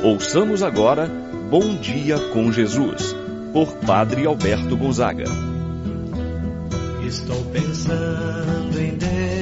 Ouçamos agora Bom Dia com Jesus, por Padre Alberto Gonzaga. Estou pensando em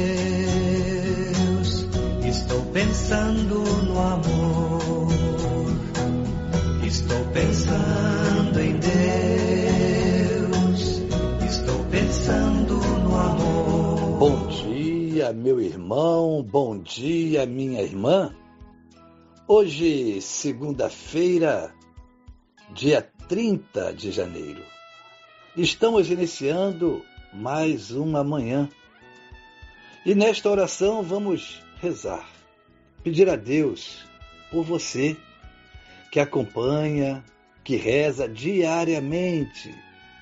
Deus, estou pensando no amor, estou pensando em Deus, estou pensando no amor. Bom dia, meu irmão, bom dia, minha irmã. Hoje, segunda-feira, dia 30 de janeiro, estamos iniciando mais uma manhã. E nesta oração vamos rezar, pedir a Deus por você que acompanha, que reza diariamente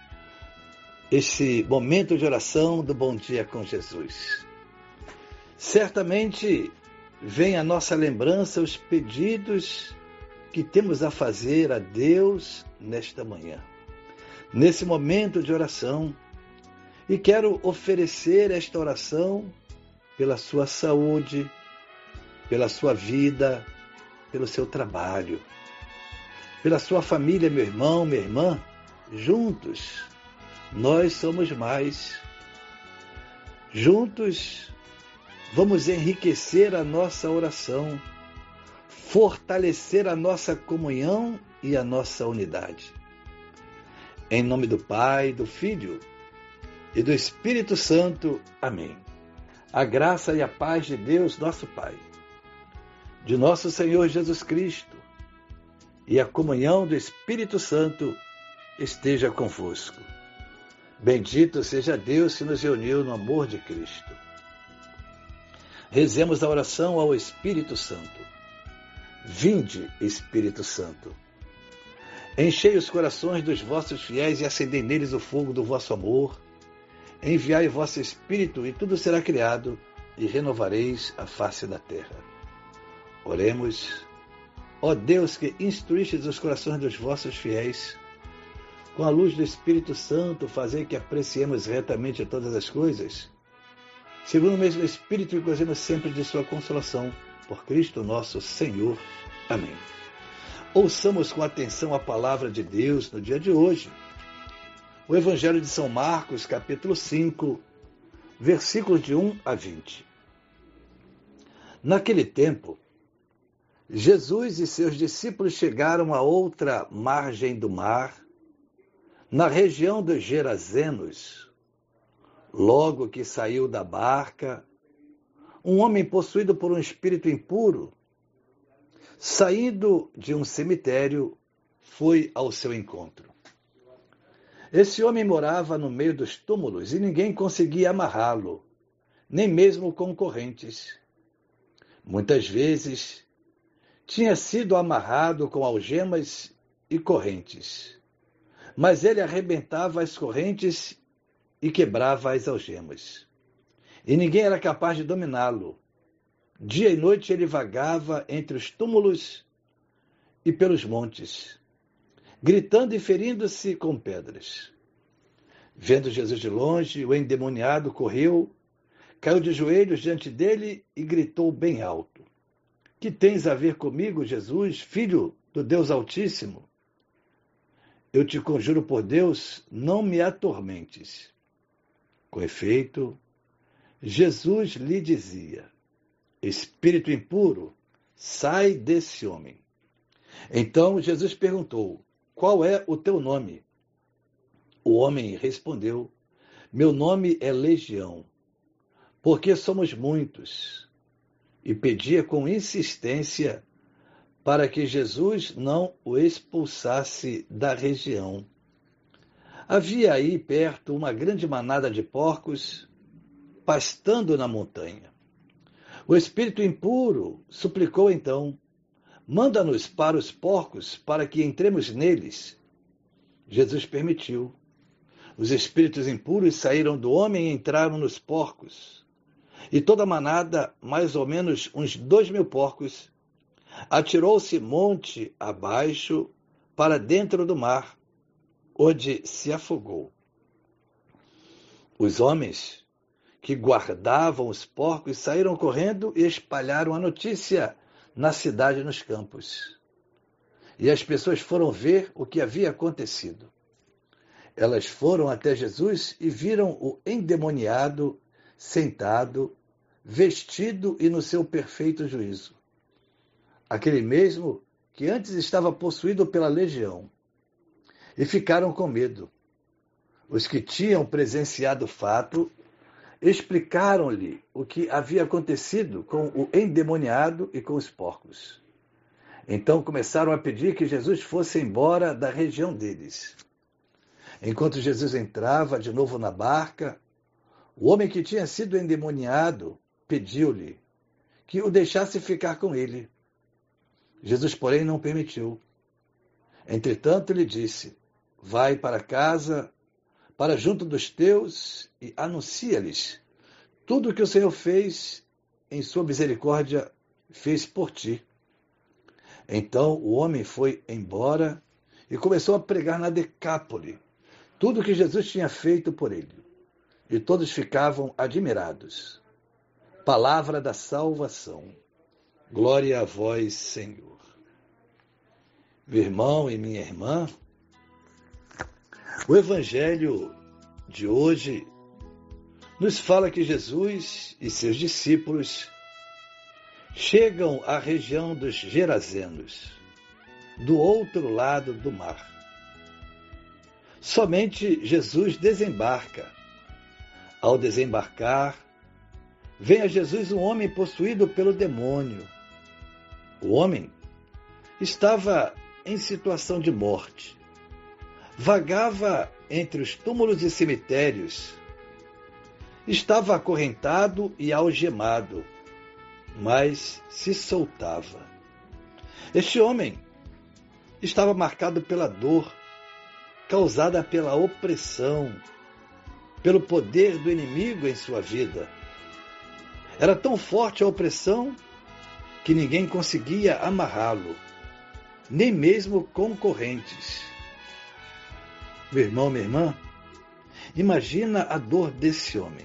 esse momento de oração do Bom Dia com Jesus. Certamente vem à nossa lembrança os pedidos que temos a fazer a Deus nesta manhã, nesse momento de oração. E quero oferecer esta oração pela sua saúde, pela sua vida, pelo seu trabalho, pela sua família, meu irmão, minha irmã. Juntos, nós somos mais. Juntos, vamos enriquecer a nossa oração, fortalecer a nossa comunhão e a nossa unidade. Em nome do Pai, do Filho e do Espírito Santo. Amém. A graça e a paz de Deus, nosso Pai, de nosso Senhor Jesus Cristo e a comunhão do Espírito Santo esteja convosco. Bendito seja Deus que nos reuniu no amor de Cristo. Rezemos a oração ao Espírito Santo. Vinde, Espírito Santo. Enchei os corações dos vossos fiéis e acendei neles o fogo do vosso amor. Enviai vosso Espírito e tudo será criado e renovareis a face da terra. Oremos. Ó Deus, que instruístes os corações dos vossos fiéis, com a luz do Espírito Santo, fazei que apreciemos retamente todas as coisas, segundo o mesmo Espírito, e gozemos sempre de sua consolação, por Cristo nosso Senhor. Amém. Ouçamos com atenção a palavra de Deus no dia de hoje. O Evangelho de São Marcos, capítulo 5, versículos de 1 a 20. Naquele tempo, Jesus e seus discípulos chegaram a outra margem do mar, na região dos Gerazenos. Logo que saiu da barca, um homem possuído por um espírito impuro, saindo de um cemitério, foi ao seu encontro. Esse homem morava no meio dos túmulos e ninguém conseguia amarrá-lo, nem mesmo com correntes. Muitas vezes tinha sido amarrado com algemas e correntes, mas ele arrebentava as correntes e quebrava as algemas. E ninguém era capaz de dominá-lo. Dia e noite ele vagava entre os túmulos e pelos montes, gritando e ferindo-se com pedras. Vendo Jesus de longe, o endemoniado correu, caiu de joelhos diante dele e gritou bem alto: Que tens a ver comigo, Jesus, Filho do Deus Altíssimo? Eu te conjuro por Deus, não me atormentes. Com efeito, Jesus lhe dizia: Espírito impuro, sai desse homem. Então Jesus perguntou: Qual é o teu nome? O homem respondeu: Meu nome é Legião, porque somos muitos. E pedia com insistência para que Jesus não o expulsasse da região. Havia aí perto uma grande manada de porcos pastando na montanha. O espírito impuro suplicou então: Manda-nos para os porcos, para que entremos neles. Jesus permitiu. Os espíritos impuros saíram do homem e entraram nos porcos. E toda a manada, mais ou menos uns 2.000 porcos, atirou-se monte abaixo para dentro do mar, onde se afogou. Os homens que guardavam os porcos saíram correndo e espalharam a notícia na cidade e nos campos. e as pessoas foram ver o que havia acontecido. Elas foram até Jesus e viram o endemoniado sentado, vestido e no seu perfeito juízo. Aquele mesmo que antes estava possuído pela legião. E ficaram com medo. Os que tinham presenciado o fato explicaram-lhe o que havia acontecido com o endemoniado e com os porcos. Então começaram a pedir que Jesus fosse embora da região deles. Enquanto Jesus entrava de novo na barca, o homem que tinha sido endemoniado pediu-lhe que o deixasse ficar com ele. Jesus, porém, não permitiu. Entretanto, lhe disse: vai para casa, para junto dos teus, e anuncia-lhes tudo o que o Senhor fez em sua misericórdia, fez por ti. Então o homem foi embora e começou a pregar na Decápole tudo o que Jesus tinha feito por ele. E todos ficavam admirados. Palavra da salvação. Glória a vós, Senhor. Meu irmão e minha irmã, o Evangelho de hoje nos fala que Jesus e seus discípulos chegam à região dos Gerazenos, do outro lado do mar. Somente Jesus desembarca. Ao desembarcar, vem a Jesus um homem possuído pelo demônio. O homem estava em situação de morte. Vagava entre os túmulos e cemitérios. Estava acorrentado e algemado, mas se soltava. Este homem estava marcado pela dor, causada pela opressão, pelo poder do inimigo em sua vida. Era tão forte a opressão que ninguém conseguia amarrá-lo, nem mesmo concorrentes. Meu irmão, minha irmã, imagina a dor desse homem.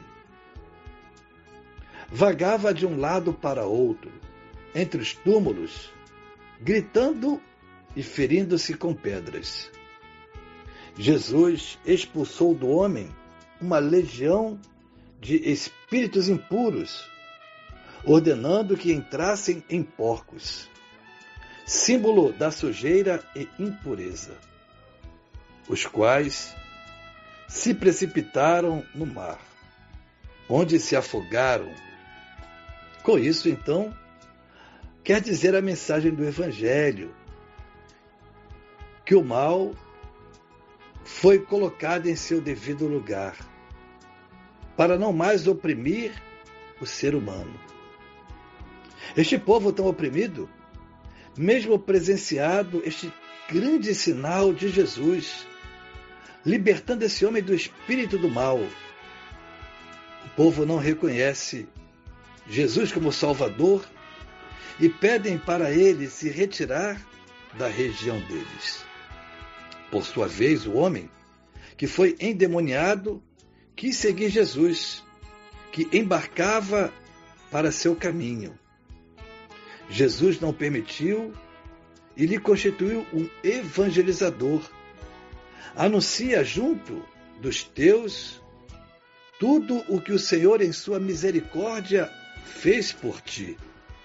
Vagava de um lado para outro, entre os túmulos, gritando e ferindo-se com pedras. Jesus expulsou do homem uma legião de espíritos impuros, ordenando que entrassem em porcos, símbolo da sujeira e impureza, os quais se precipitaram no mar, onde se afogaram. Com isso, então, quer dizer a mensagem do Evangelho, que o mal foi colocado em seu devido lugar, para não mais oprimir o ser humano. Este povo tão oprimido, mesmo presenciado este grande sinal de Jesus, libertando esse homem do espírito do mal, o povo não reconhece Jesus como Salvador e pedem para ele se retirar da região deles. Por sua vez, o homem que foi endemoniado quis seguir Jesus, que embarcava para seu caminho. Jesus não permitiu e lhe constituiu um evangelizador. Anuncia junto dos teus tudo o que o Senhor em sua misericórdia fez por ti.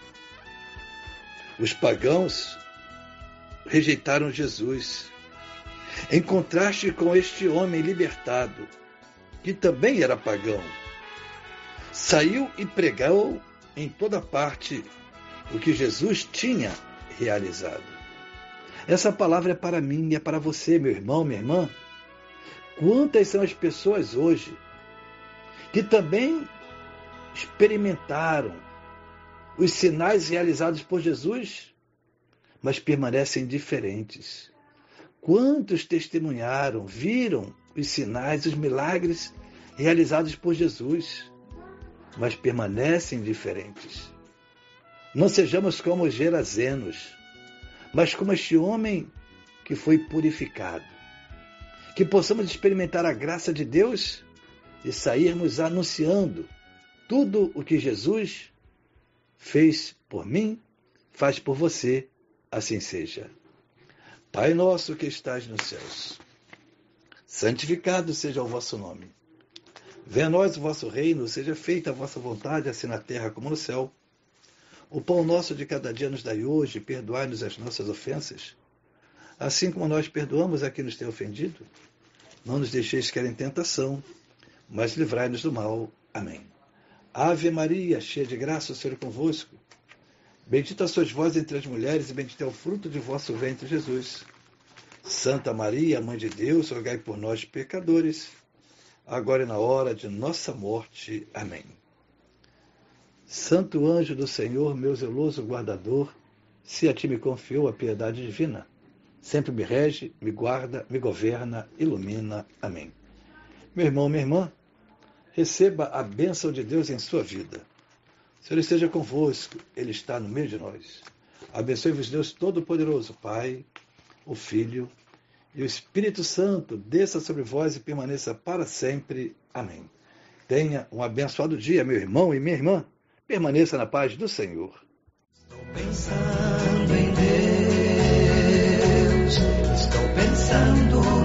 Os pagãos rejeitaram Jesus, em contraste com este homem libertado, que também era pagão. Saiu e pregou em toda parte o que Jesus tinha realizado. Essa palavra é para mim e é para você, meu irmão, minha irmã. Quantas são as pessoas hoje que também experimentaram os sinais realizados por Jesus, mas permanecem indiferentes? Quantos testemunharam, viram os sinais, os milagres realizados por Jesus, mas permanecem indiferentes? Não sejamos como os Gerazenos, mas como este homem que foi purificado. Que possamos experimentar a graça de Deus e sairmos anunciando tudo o que Jesus fez por mim, faz por você, assim seja. Pai nosso que estais nos céus, santificado seja o vosso nome. Venha a nós o vosso reino, seja feita a vossa vontade, assim na terra como no céu. O pão nosso de cada dia nos dai hoje, perdoai-nos as nossas ofensas, assim como nós perdoamos a quem nos tem ofendido. Não nos deixeis cair em tentação, mas livrai-nos do mal. Amém. Ave Maria, cheia de graça, o Senhor é convosco. Bendita sois vós entre as mulheres, e bendito é o fruto de vosso ventre, Jesus. Santa Maria, Mãe de Deus, rogai por nós, pecadores, agora e na hora de nossa morte. Amém. Santo anjo do Senhor, meu zeloso guardador, se a ti me confiou a piedade divina, sempre me rege, me guarda, me governa, ilumina. Amém. Meu irmão, minha irmã, receba a bênção de Deus em sua vida. O Senhor esteja convosco, Ele está no meio de nós. Abençoe-vos Deus Todo-Poderoso, Pai, o Filho e o Espírito Santo, desça sobre vós e permaneça para sempre. Amém. Tenha um abençoado dia, meu irmão e minha irmã. Permaneça na paz do Senhor. Estou pensando em Deus, estou pensando